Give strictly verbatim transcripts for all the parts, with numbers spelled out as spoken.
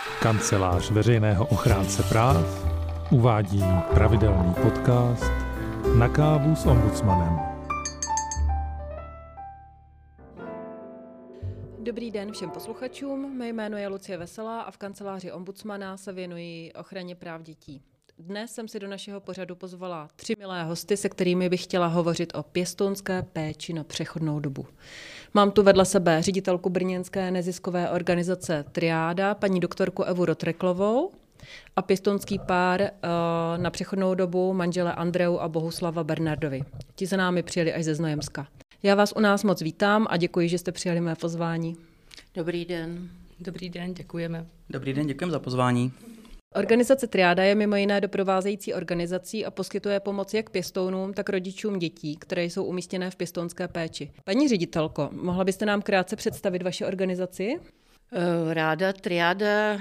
Kancelář veřejného ochránce práv uvádí pravidelný podcast Na kávu s ombudsmanem. Dobrý den všem posluchačům, mé jméno je Lucie Veselá a v kanceláři ombudsmana se věnuji ochraně práv dětí. Dnes jsem si do našeho pořadu pozvala tři milé hosty, se kterými bych chtěla hovořit o pěstounské péči na přechodnou dobu. Mám tu vedle sebe ředitelku brněnské neziskové organizace Triáda, paní doktorku Evu Rotreklovou a pěstounský pár uh, na přechodnou dobu manžele Andreu a Bohuslava Bernardovi. Ti za námi přijeli až ze Znojemska. Já vás u nás moc vítám a děkuji, že jste přijali mé pozvání. Dobrý den. Dobrý den, děkujeme. Dobrý den, děkujeme za pozvání. Organizace Triáda je mimo jiné doprovázející organizací a poskytuje pomoc jak pěstounům, tak rodičům dětí, které jsou umístěné v pěstounské péči. Paní ředitelko, mohla byste nám krátce představit vaši organizaci? Ráda. Triáda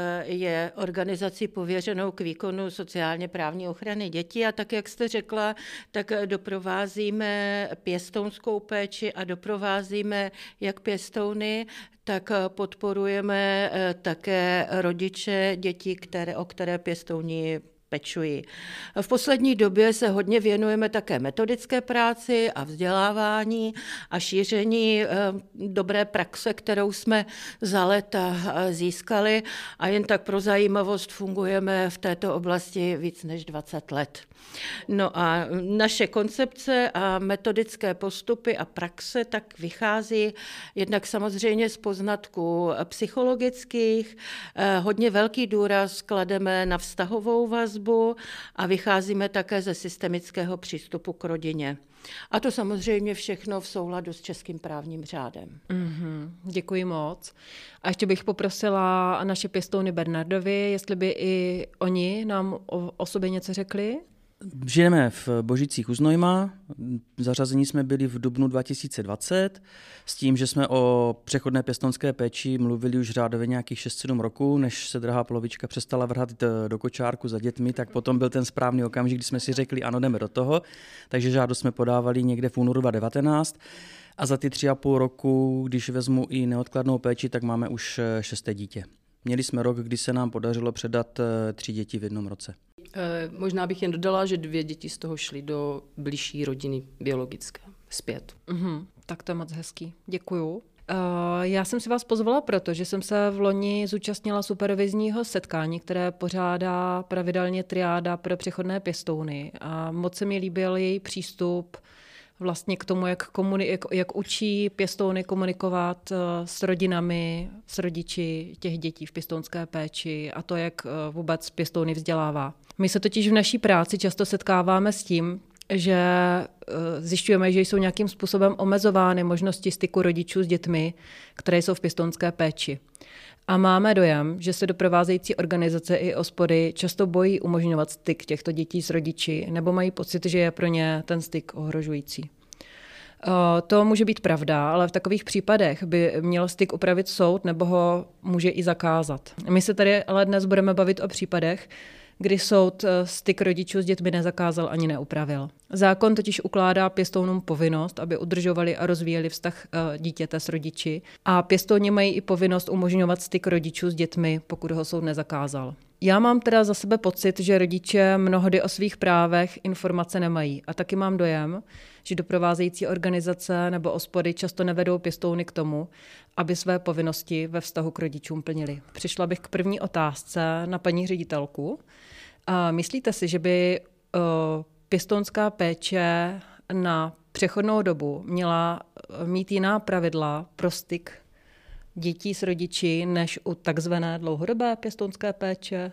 je organizací pověřenou k výkonu sociálně právní ochrany dětí a tak, jak jste řekla, tak doprovázíme pěstounskou péči a doprovázíme jak pěstouny, tak podporujeme také rodiče dětí, které, o které pěstouni pečují. V poslední době se hodně věnujeme také metodické práci a vzdělávání a šíření dobré praxe, kterou jsme za léta získali a jen tak pro zajímavost fungujeme v této oblasti víc než dvacet let. No a naše koncepce a metodické postupy a praxe tak vychází jednak samozřejmě z poznatků psychologických, hodně velký důraz klademe na vztahovou vazbu a vycházíme také ze systemického přístupu k rodině. A to samozřejmě všechno v souladu s českým právním řádem. Mm-hmm, děkuji moc. A ještě bych poprosila naše pěstouny Bernardovi, jestli by i oni nám o, o sobě něco řekli. Žijeme v Božicích u Znojma, zařazení jsme byli v dubnu dva tisíce dvacet, s tím, že jsme o přechodné pěstounské péči mluvili už řádově nějakých šest sedm roků, než se drahá polovička přestala vrhat do kočárku za dětmi, tak potom byl ten správný okamžik, kdy jsme si řekli, ano, jdeme do toho, takže žádost jsme podávali někde v únoru dva tisíce devatenáct a za ty tři a půl roku, když vezmu i neodkladnou péči, tak máme už šesté dítě. Měli jsme rok, kdy se nám podařilo předat tři děti v jednom roce. E, možná bych jen dodala, že dvě děti z toho šly do bližší rodiny biologické zpět. Mm-hmm, tak to je moc hezký. Děkuju. Uh, já jsem si vás pozvala proto, že jsem se v loni zúčastnila supervizního setkání, které pořádá pravidelně Triáda pro přechodné pěstouny. A moc se mi líbil její přístup vlastně k tomu, jak, komuni- jak, jak učí pěstouny komunikovat uh, s rodinami, s rodiči těch dětí v pěstounské péči a to, jak uh, vůbec pěstouny vzdělává. My se totiž v naší práci často setkáváme s tím, že uh, zjišťujeme, že jsou nějakým způsobem omezovány možnosti styku rodičů s dětmi, které jsou v pěstounské péči. A máme dojem, že se doprovázející organizace i ospody často bojí umožňovat styk těchto dětí s rodiči nebo mají pocit, že je pro ně ten styk ohrožující. To může být pravda, ale v takových případech by měl styk upravit soud nebo ho může i zakázat. My se tady ale dnes budeme bavit o případech, kdy soud styk rodičů s dětmi nezakázal ani neupravil. Zákon totiž ukládá pěstounům povinnost, aby udržovali a rozvíjeli vztah dítěte s rodiči a pěstouni mají i povinnost umožňovat styk rodičů s dětmi, pokud ho soud nezakázal. Já mám teda za sebe pocit, že rodiče mnohdy o svých právech informace nemají a taky mám dojem, že doprovázející organizace nebo ospody často nevedou pěstouny k tomu, aby své povinnosti ve vztahu k rodičům plnili. Přišla bych k první otázce na paní ředitelku. A myslíte si, že by uh, pěstounská péče na přechodnou dobu měla mít jiná pravidla pro styk dětí s rodiči než u takzvané dlouhodobé pěstounské péče?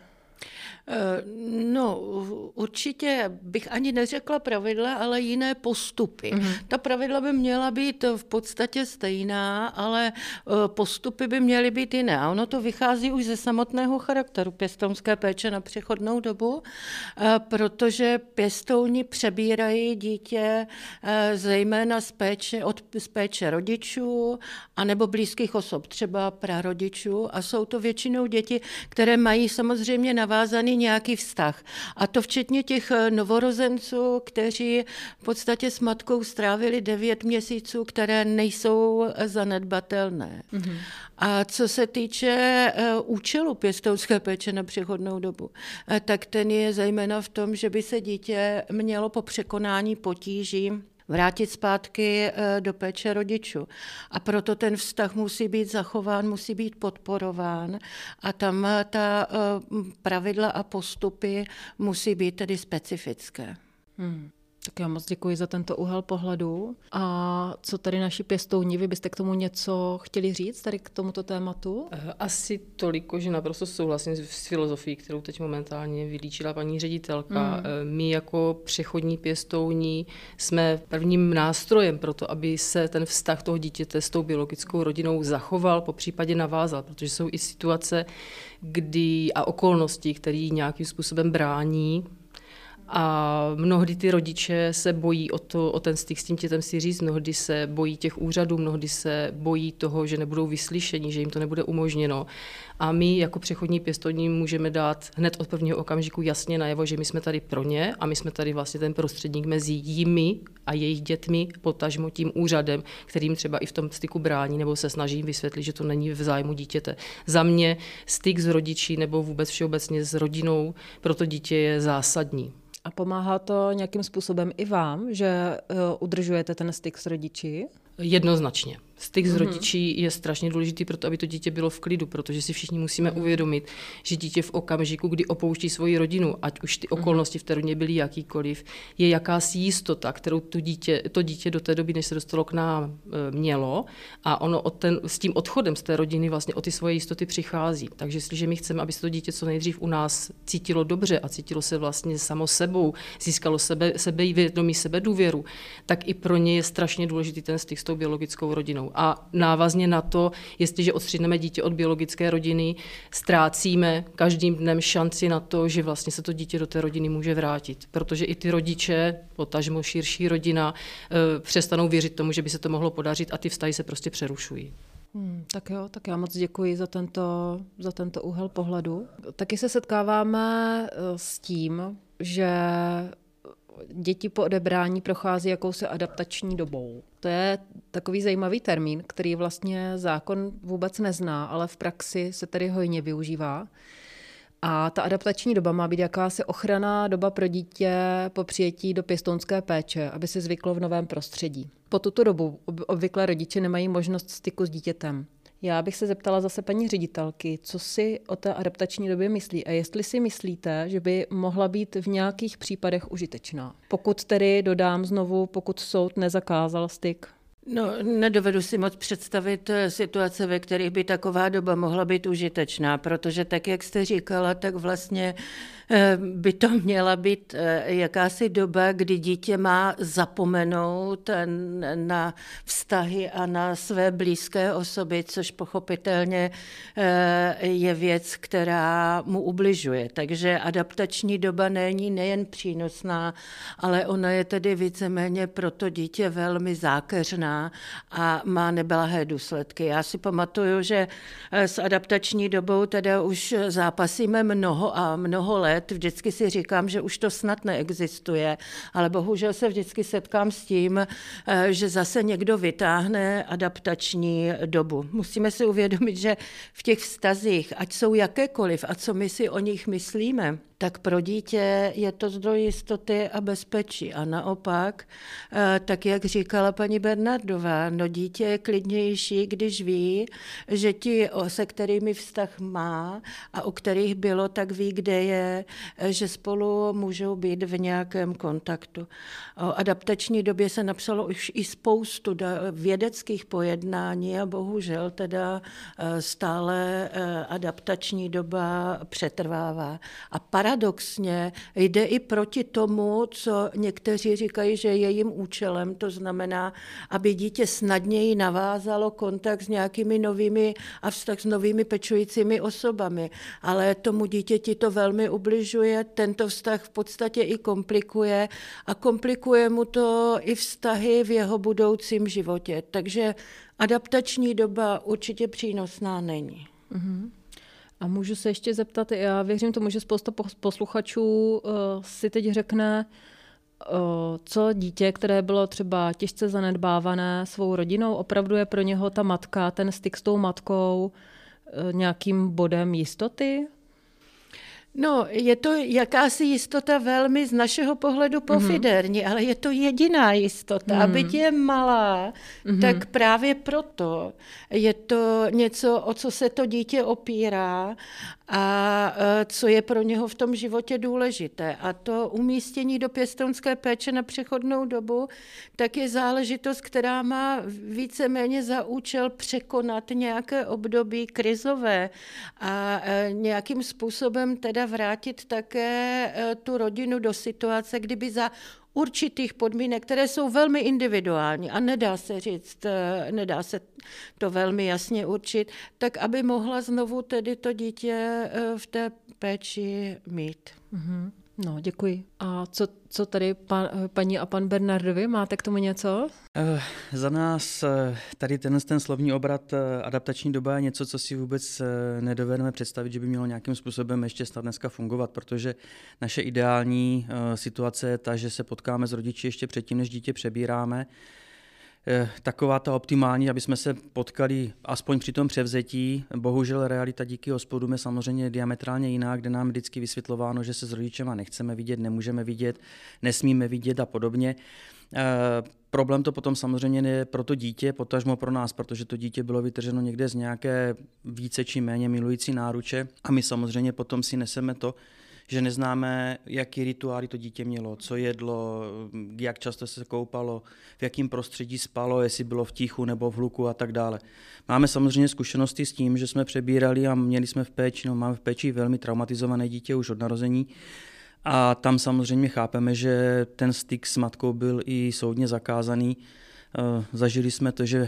No, určitě bych ani neřekla pravidla, ale jiné postupy. Mm-hmm. Ta pravidla by měla být v podstatě stejná, ale postupy by měly být jiné. A ono to vychází už ze samotného charakteru pěstounské péče na přechodnou dobu, protože pěstouni přebírají dítě zejména z péče, od z péče rodičů anebo blízkých osob, třeba prarodičů. A jsou to většinou děti, které mají samozřejmě na navázaný nějaký vztah. A to včetně těch novorozenců, kteří v podstatě s matkou strávili devět měsíců, které nejsou zanedbatelné. Mm-hmm. A co se týče uh, účelu pěstounské péče na přechodnou dobu, uh, tak ten je zejména v tom, že by se dítě mělo po překonání potíží vrátit zpátky do péče rodičů. A proto ten vztah musí být zachován, musí být podporován a tam ta pravidla a postupy musí být tedy specifické. Hmm. Tak já moc děkuji za tento úhel pohledu. A co tady naši pěstouni, vy byste k tomu něco chtěli říct, tady k tomuto tématu? Asi toliko, že naprosto souhlasím s filozofií, kterou teď momentálně vylíčila paní ředitelka. Mm. My jako přechodní pěstouni jsme prvním nástrojem pro to, aby se ten vztah toho dítěte s tou biologickou rodinou zachoval, popřípadě navázal, protože jsou i situace, kdy a okolnosti, které nějakým způsobem brání. A mnohdy ty rodiče se bojí o, to, o ten styk s tím dítětem si říct, mnohdy se bojí těch úřadů, mnohdy se bojí toho, že nebudou vyslyšeni, že jim to nebude umožněno. A my jako přechodní pěstouni můžeme dát hned od prvního okamžiku jasně najevo, že my jsme tady pro ně a my jsme tady vlastně ten prostředník mezi jimi a jejich dětmi, potažmo tím úřadem, kterým třeba i v tom styku brání nebo se snaží vysvětlit, že to není v zájmu dítěte. Za mě styk s rodiči nebo vůbec všeobecně s rodinou pro to dítě je zásadní. A pomáhá to nějakým způsobem i vám, že uh, udržujete ten styk s rodiči? Jednoznačně. Styk s rodičí je strašně důležitý pro to, aby to dítě bylo v klidu, protože si všichni musíme uvědomit, že dítě v okamžiku, kdy opouští svoji rodinu, ať už ty okolnosti v té rodině byly jakýkoliv, je jakási jistota, kterou to dítě, to dítě do té doby, než se dostalo k nám, mělo a ono od ten, s tím odchodem z té rodiny vlastně o ty svoje jistoty přichází. Takže jestliže my chceme, aby se to dítě co nejdřív u nás cítilo dobře a cítilo se vlastně samo sebou, získalo sebe, sebevědomí, sebedůvěru, tak i pro ně je strašně důležitý ten styk s tou biologickou rodinou. A návazně na to, jestliže odstřihneme dítě od biologické rodiny, ztrácíme každým dnem šanci na to, že vlastně se to dítě do té rodiny může vrátit. Protože i ty rodiče, potažmo širší rodina, přestanou věřit tomu, že by se to mohlo podařit a ty vztahy se prostě přerušují. Hmm, tak jo, tak já moc děkuji za tento, za tento úhel pohledu. Taky se setkáváme s tím, že děti po odebrání prochází jakousi adaptační dobou. To je takový zajímavý termín, který vlastně zákon vůbec nezná, ale v praxi se tady hojně využívá. A ta adaptační doba má být jakási ochranná doba pro dítě po přijetí do pěstounské péče, aby se zvyklo v novém prostředí. Po tuto dobu obvykle rodiče nemají možnost styku s dítětem. Já bych se zeptala zase paní ředitelky, co si o té adaptační době myslí a jestli si myslíte, že by mohla být v nějakých případech užitečná. Pokud tedy dodám znovu, pokud soud nezakázal styk. No, nedovedu si moc představit situace, ve kterých by taková doba mohla být užitečná, protože tak, jak jste říkala, tak vlastně by to měla být jakási doba, kdy dítě má zapomenout na vztahy a na své blízké osoby, což pochopitelně je věc, která mu ubližuje. Takže adaptační doba není nejen přínosná, ale ona je tedy víceméně pro to dítě velmi zákeřná a má neblahé důsledky. Já si pamatuju, že s adaptační dobou teda už zápasíme mnoho a mnoho let. Vždycky si říkám, že už to snad neexistuje, ale bohužel se vždycky setkám s tím, že zase někdo vytáhne adaptační dobu. Musíme si uvědomit, že v těch vztazích, ať jsou jakékoliv a co my si o nich myslíme, tak pro dítě je to zdroj jistoty a bezpečí. A naopak, tak jak říkala paní Bernardová, no dítě je klidnější, když ví, že ti, se kterými vztah má a o kterých bylo, tak ví, kde je, že spolu můžou být v nějakém kontaktu. O adaptační době se napsalo už i spoustu vědeckých pojednání a bohužel teda stále adaptační doba přetrvává. A paradoxně jde i proti tomu, co někteří říkají, že je jejím účelem, to znamená, aby dítě snadněji navázalo kontakt s nějakými novými a vztah s novými pečujícími osobami. Ale tomu dítěti to velmi ubližuje, tento vztah v podstatě i komplikuje a komplikuje mu to i vztahy v jeho budoucím životě. Takže adaptační doba určitě přínosná není. Mm-hmm. A můžu se ještě zeptat, já věřím tomu, že spousta posluchačů uh, si teď řekne, uh, co dítě, které bylo třeba těžce zanedbávané svou rodinou, opravdu je pro něho ta matka, ten styk s tou matkou uh, nějakým bodem jistoty? No, je to jakási jistota velmi z našeho pohledu pofiderní, mm-hmm. ale je to jediná jistota. Mm-hmm. A byť je malá, mm-hmm. tak právě proto je to něco, o co se to dítě opírá a co je pro něho v tom životě důležité. A to umístění do pěstounské péče na přechodnou dobu, tak je záležitost, která má víceméně za účel překonat nějaké období krizové a nějakým způsobem teda vrátit také tu rodinu do situace, kdyby za určitých podmínek, které jsou velmi individuální a nedá se říct, nedá se to velmi jasně určit, tak aby mohla znovu tedy to dítě v té péči mít. Mm-hmm. No, děkuji. A co, co tady pan, paní a pan Bernardovi? Máte k tomu něco? Uh, za nás tady ten, ten slovní obrat adaptační doba je něco, co si vůbec nedovedeme představit, že by mělo nějakým způsobem ještě snad dneska fungovat, protože naše ideální uh, situace je ta, že se potkáme s rodiči ještě předtím, než dítě přebíráme. Taková ta optimální, aby jsme se potkali aspoň při tom převzetí. Bohužel realita díky hospodům je samozřejmě diametrálně jiná, kde nám vždycky vysvětlováno, že se s rodičema nechceme vidět, nemůžeme vidět, nesmíme vidět a podobně. E, problém to potom samozřejmě je pro to dítě, potažmo pro nás, protože to dítě bylo vytrženo někde z nějaké více či méně milující náruče a my samozřejmě potom si neseme to, že neznáme, jaký rituály to dítě mělo, co jedlo, jak často se koupalo, v jakém prostředí spalo, jestli bylo v tichu nebo v hluku a tak dále. Máme samozřejmě zkušenosti s tím, že jsme přebírali a měli jsme v péči, no máme v péči velmi traumatizované dítě už od narození a tam samozřejmě chápeme, že ten styk s matkou byl i soudně zakázaný. Zažili jsme to, že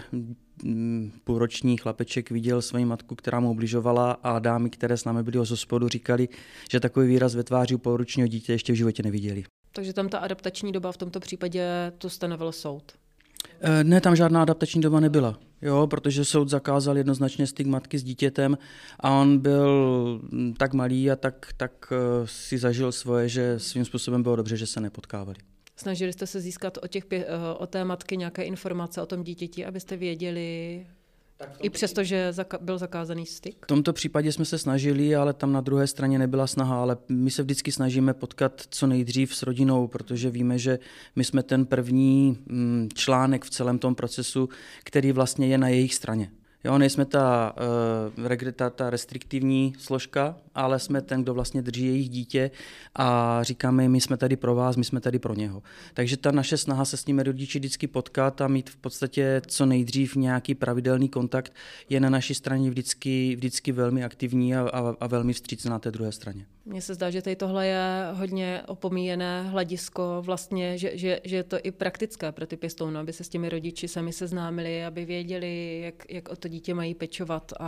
půlroční chlapeček viděl svoji matku, která mu ubližovala a dámy, které s námi byly od hospodu, říkali, že takový výraz ve tváři u půlročního dítě ještě v životě neviděli. Takže tam ta adaptační doba v tomto případě to stanovil soud? Ne, tam žádná adaptační doba nebyla, jo, protože soud zakázal jednoznačně styk matky s dítětem a on byl tak malý a tak, tak si zažil svoje, že svým způsobem bylo dobře, že se nepotkávali. Snažili jste se získat o, těch, o té matky nějaké informace o tom dítěti, abyste věděli, i přesto, že byl zakázaný styk? V tomto případě jsme se snažili, ale tam na druhé straně nebyla snaha, ale my se vždycky snažíme potkat co nejdřív s rodinou, protože víme, že my jsme ten první článek v celém tom procesu, který vlastně je na jejich straně. Jo, nejsme ta, uh, ta, ta restriktivní složka, ale jsme ten, kdo vlastně drží jejich dítě a říkáme, my jsme tady pro vás, my jsme tady pro něho. Takže ta naše snaha se s nimi rodiči vždycky potkat a mít v podstatě co nejdřív nějaký pravidelný kontakt je na naší straně vždycky, vždycky velmi aktivní a, a, a velmi vstřícný na té druhé straně. Mně se zdá, že tady tohle je hodně opomíjené hledisko vlastně, že, že, že je to i praktické pro ty pěstouny, aby se s těmi rodiči sami seznámili, aby věděli, jak, jak o to dítě mají pečovat. A,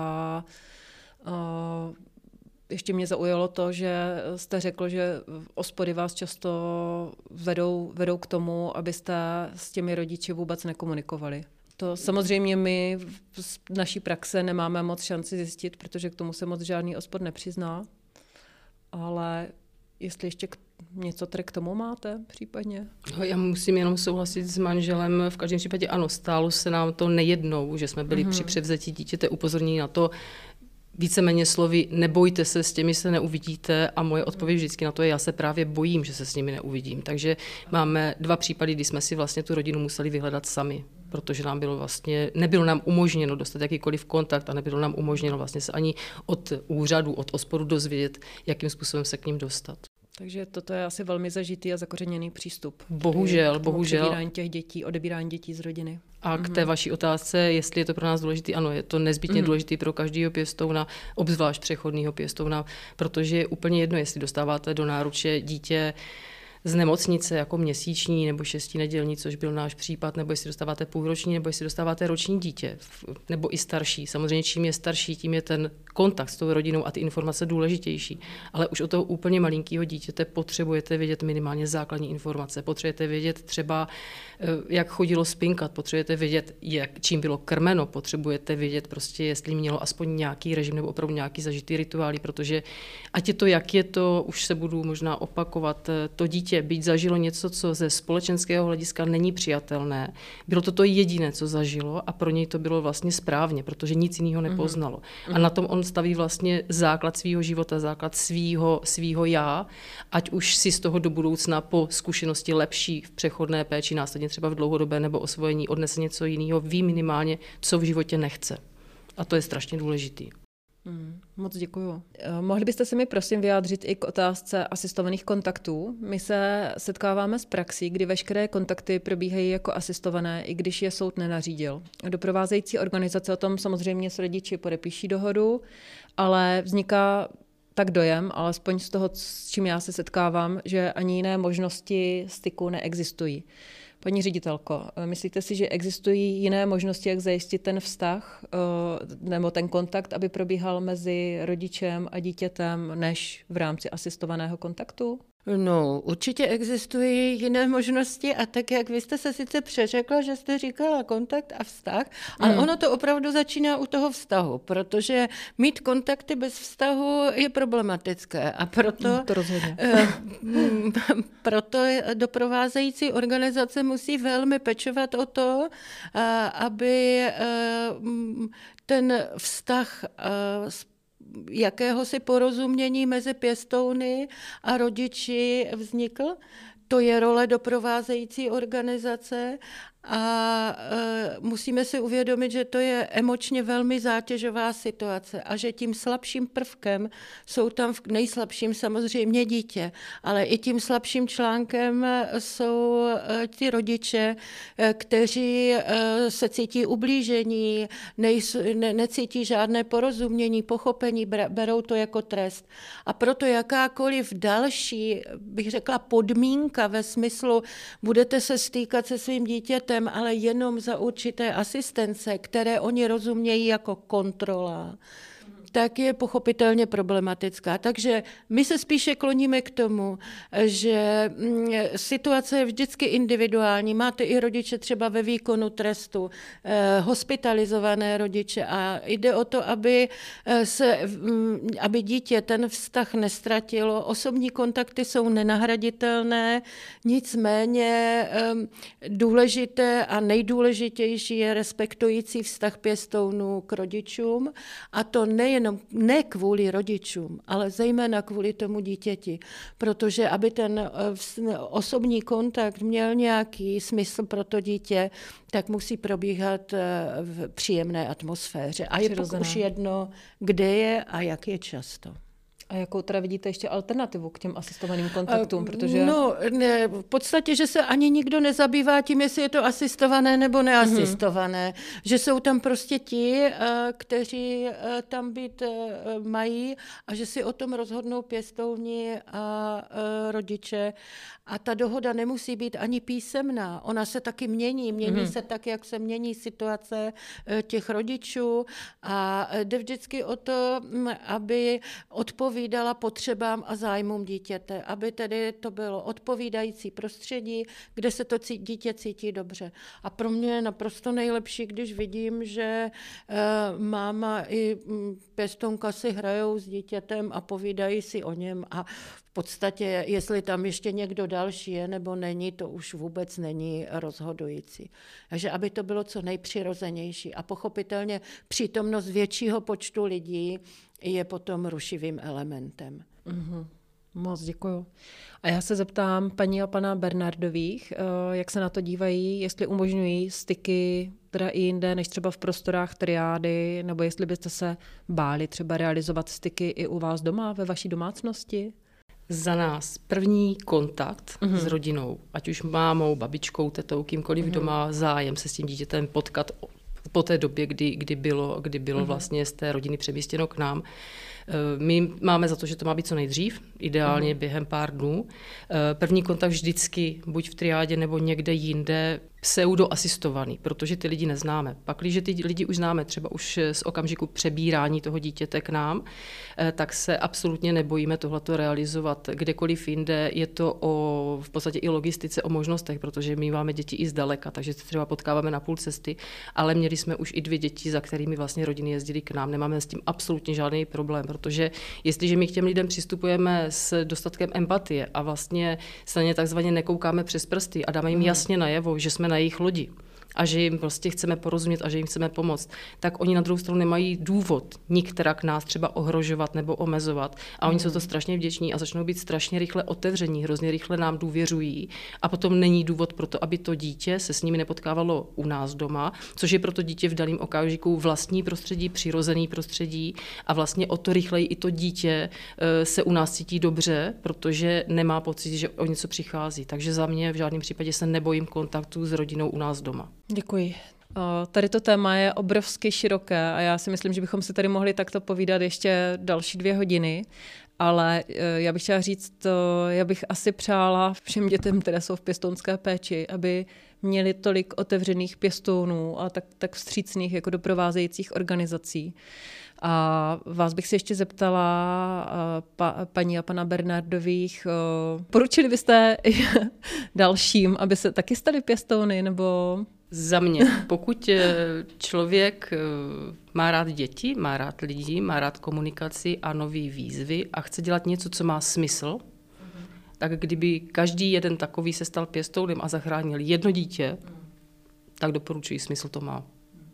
a ještě mě zaujalo to, že jste řekl, že ospody vás často vedou, vedou k tomu, abyste s těmi rodiči vůbec nekomunikovali. To samozřejmě my z naší praxe nemáme moc šanci zjistit, protože k tomu se moc žádný ospod nepřizná. Ale jestli ještě k, něco tady k tomu máte případně? No, já musím jenom souhlasit s manželem. V každém případě ano, stálo se nám to nejednou, že jsme byli mm-hmm. při převzetí dítěte upozornění na to, víceméně slovy nebojte se, s těmi se neuvidíte a moje odpověď vždycky na to je, já se právě bojím, že se s nimi neuvidím. Takže máme dva případy, kdy jsme si vlastně tu rodinu museli vyhledat sami, protože nám bylo vlastně, nebylo nám umožněno dostat jakýkoliv kontakt a nebylo nám umožněno vlastně se ani od úřadu, od ospodu dozvědět, jakým způsobem se k ním dostat. Takže toto je asi velmi zažitý a zakořeněný přístup. Bohužel, bohužel. Odebírání těch dětí, odebírání dětí z rodiny. A k té vaší otázce, jestli je to pro nás důležité, ano, je to nezbytně mm. důležité pro každého pěstouna, obzvlášť přechodného pěstouna, protože je úplně jedno, jestli dostáváte do náruče dítě z nemocnice jako měsíční nebo šestinedělní, což byl náš případ, nebo jestli dostáváte půlroční, nebo jestli dostáváte roční dítě, nebo i starší. Samozřejmě čím je starší, tím je ten kontakt s tou rodinou a ty informace důležitější. Ale už od toho úplně malinkého dítěte potřebujete vědět minimálně základní informace. Potřebujete vědět třeba, jak chodilo spinkat, potřebujete vědět, jak, čím bylo krmeno, potřebujete vědět prostě, jestli mělo aspoň nějaký režim nebo opravdu nějaký zažitý rituály, protože ať je to, jak je to, už se budu možná opakovat, to dítě, byť zažilo něco, co ze společenského hlediska není přijatelné, bylo to to jediné, co zažilo a pro něj to bylo vlastně správně, protože nic jiného nepoznalo. Mm-hmm. A na tom on staví vlastně základ svého života, základ svýho, svýho já, ať už si z toho do budoucna po zkušenosti lepší v přechodné péči, následně třeba v dlouhodobé nebo osvojení odnese něco jiného, ví minimálně, co v životě nechce. A to je strašně důležitý. Hmm, moc děkuju. Mohli byste se mi prosím vyjádřit i k otázce asistovaných kontaktů? My se setkáváme s praxí, kdy veškeré kontakty probíhají jako asistované, i když je soud nenařídil. Doprovázející organizace o tom samozřejmě s rodiči podepíší dohodu, ale vzniká tak dojem, alespoň z toho, s čím já se setkávám, že ani jiné možnosti styku neexistují. Paní ředitelko, myslíte si, že existují jiné možnosti, jak zajistit ten vztah nebo ten kontakt, aby probíhal mezi rodičem a dítětem, než v rámci asistovaného kontaktu? No, určitě existují jiné možnosti a tak, jak vy jste se sice přeřekla, že jste říkala kontakt a vztah, ale mm. ono to opravdu začíná u toho vztahu, protože mít kontakty bez vztahu je problematické a proto, no, to rozhodně. proto doprovázející organizace musí velmi pečovat o to, aby ten vztah jakéhosi porozumění mezi pěstouny a rodiči vznikl. To je role doprovázející organizace a e, musíme si uvědomit, že to je emočně velmi zátěžová situace a že tím slabším prvkem jsou tam v nejslabším samozřejmě dítě, ale i tím slabším článkem jsou e, ty rodiče, e, kteří e, se cítí ublížení, nejsou, ne, necítí žádné porozumění, pochopení, berou to jako trest. A proto jakákoliv další, bych řekla, podmínka ve smyslu, budete se stýkat se svým dítětem, ale jenom za určité asistence, které oni rozumějí jako kontrola, tak je pochopitelně problematická. Takže my se spíše kloníme k tomu, že situace je vždycky individuální. Máte i rodiče třeba ve výkonu trestu, eh, hospitalizované rodiče a jde o to, aby, se, aby dítě ten vztah nestratilo. Osobní kontakty jsou nenahraditelné, nicméně eh, důležité a nejdůležitější je respektující vztah pěstounů k rodičům a to nejen ne kvůli rodičům, ale zejména kvůli tomu dítěti, protože aby ten osobní kontakt měl nějaký smysl pro to dítě, tak musí probíhat v příjemné atmosféře. A je pak už jedno, kde je a jak je často. A jakou teda vidíte ještě alternativu k těm asistovaným kontaktům? Protože... No, ne, v podstatě, že se ani nikdo nezabývá tím, jestli je to asistované nebo neasistované. Mm-hmm. Že jsou tam prostě ti, kteří tam být mají a že si o tom rozhodnou pěstouni a rodiče. A ta dohoda nemusí být ani písemná. Ona se taky mění. Mění mm-hmm. se tak, jak se mění situace těch rodičů. A jde vždycky o to, aby odpovídala potřebám a zájmům dítěte. Aby tedy to bylo odpovídající prostředí, kde se to dítě cítí dobře. A pro mě je naprosto nejlepší, když vidím, že máma i pěstounka si hrajou s dítětem a povídají si o něm a v podstatě, jestli tam ještě někdo další je nebo není, to už vůbec není rozhodující. Takže aby to bylo co nejpřirozenější a pochopitelně přítomnost většího počtu lidí je potom rušivým elementem. Mm-hmm. Moc děkuju. A já se zeptám paní a pana Bernardových, jak se na to dívají, jestli umožňují styky teda i jinde, než třeba v prostorách triády, nebo jestli byste se báli třeba realizovat styky i u vás doma, ve vaší domácnosti? Za nás první kontakt mm-hmm. s rodinou, ať už mámou, babičkou, tetou, kýmkoliv, mm-hmm. doma zájem se s tím dítětem potkat po té době, kdy, kdy bylo, kdy bylo mm-hmm. vlastně z té rodiny přemístěno k nám, My máme za to, že to má být co nejdřív, ideálně mm. během pár dnů. První kontakt vždycky buď v triádě nebo někde jinde pseudoasistovaný, protože ty lidi neznáme. Pak, když ty lidi už známe, třeba už z okamžiku přebírání toho dítěte k nám, tak se absolutně nebojíme tohleto realizovat kdekoliv jinde. Je to o, v podstatě i logistice, o možnostech, protože my máme děti i zdaleka, takže se třeba potkáváme na půl cesty, ale měli jsme už i dvě děti, za kterými vlastně rodiny jezdily k nám. Nemáme s tím absolutně žádný problém, protože jestliže my k těm lidem přistupujeme s dostatkem empatie a vlastně se na ně takzvaně nekoukáme přes prsty a dáme jim jasně najevo, že jsme na jejich lodi a že jim prostě chceme porozumět a že jim chceme pomoct, tak oni na druhou stranu nemají důvod nikterak nás třeba ohrožovat nebo omezovat. A oni mm. jsou to strašně vděční a začnou být strašně rychle otevření, hrozně rychle nám důvěřují. A potom není důvod pro to, aby to dítě se s nimi nepotkávalo u nás doma, což je pro to dítě v daném okamžiku vlastní prostředí, přirozený prostředí a vlastně o to rychleji i to dítě se u nás cítí dobře, protože nemá pocit, že o něco přichází. Takže za mě v žádném případě se nebojím kontaktu s rodinou u nás doma. Děkuji. Tady to téma je obrovsky široké a já si myslím, že bychom si tady mohli takto povídat ještě další dvě hodiny, ale já bych chtěla říct, já bych asi přála všem dětem, které jsou v pěstounské péči, aby měli tolik otevřených pěstounů a tak, tak vstřícných jako doprovázejících organizací. A vás bych se ještě zeptala, pa, paní a pana Bernardových, poručili byste dalším, aby se taky stali pěstouny, nebo... Za mě, pokud člověk má rád děti, má rád lidi, má rád komunikaci a nový výzvy a chce dělat něco, co má smysl, mm. tak kdyby každý jeden takový se stal pěstounem a zachránil jedno dítě, mm. tak doporučuji, smysl to má.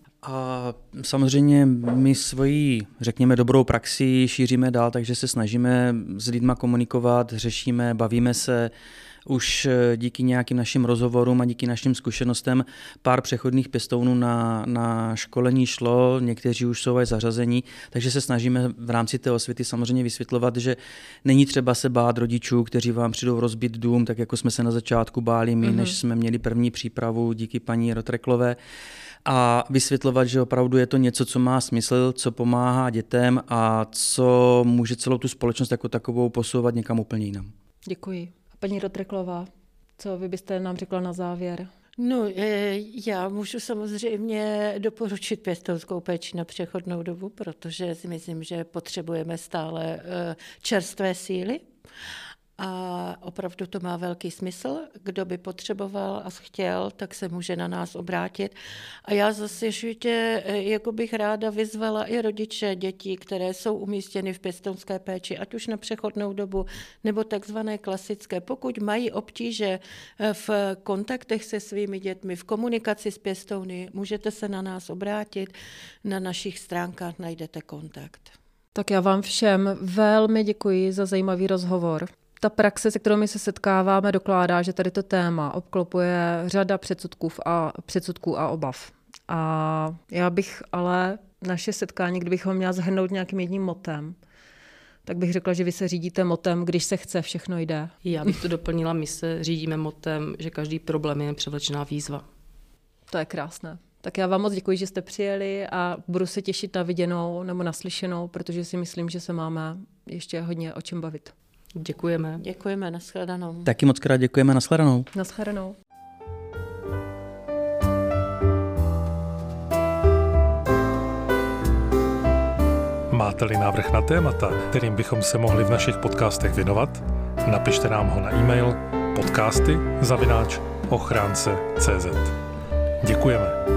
A samozřejmě my svoji, řekněme, dobrou praxi šíříme dál, takže se snažíme s lidma komunikovat, řešíme, bavíme se. Už díky nějakým našim rozhovorům a díky našim zkušenostem pár přechodných pěstounů na, na školení šlo, někteří už jsou aj zařazení, takže se snažíme v rámci té osvěty samozřejmě vysvětlovat, že není třeba se bát rodičů, kteří vám přijdou rozbit dům, tak jako jsme se na začátku báli my, mm-hmm. než jsme měli první přípravu díky paní Rotreklové. A vysvětlovat, že opravdu je to něco, co má smysl, co pomáhá dětem a co může celou tu společnost jako takovou posouvat někam úplně jinam. Děkuji. Paní Rotreklová, co vy byste nám řekla na závěr? No, já můžu samozřejmě doporučit pěstounskou péči na přechodnou dobu, protože si myslím, že potřebujeme stále čerstvé síly. A opravdu to má velký smysl. Kdo by potřeboval a chtěl, tak se může na nás obrátit. A já zase ještě jako bych ráda vyzvala i rodiče dětí, které jsou umístěny v pěstounské péči, ať už na přechodnou dobu, nebo takzvané klasické. Pokud mají obtíže v kontaktech se svými dětmi, v komunikaci s pěstouny, můžete se na nás obrátit. Na našich stránkách najdete kontakt. Tak já vám všem velmi děkuji za zajímavý rozhovor. Ta praxe, se kterou my se setkáváme, dokládá, že tady to téma obklopuje řada předsudků a, předsudků a obav. A já bych ale naše setkání, kdybychom měla shrnout nějakým jedním motem, tak bych řekla, že vy se řídíte motem, když se chce, všechno jde. Já bych to doplnila, my se řídíme motem, že každý problém je převlečená výzva. To je krásné. Tak já vám moc děkuji, že jste přijeli a budu se těšit na viděnou nebo naslyšenou, protože si myslím, že se máme ještě hodně o čem bavit. Děkujeme. Děkujeme, nashledanou. Taky moc krát děkujeme, nashledanou. Nashledanou. Máte-li návrh na témata, kterým bychom se mohli v našich podcastech věnovat, napište nám ho na e-mail podcasty zavináč ochránce tečka cé zet. Děkujeme.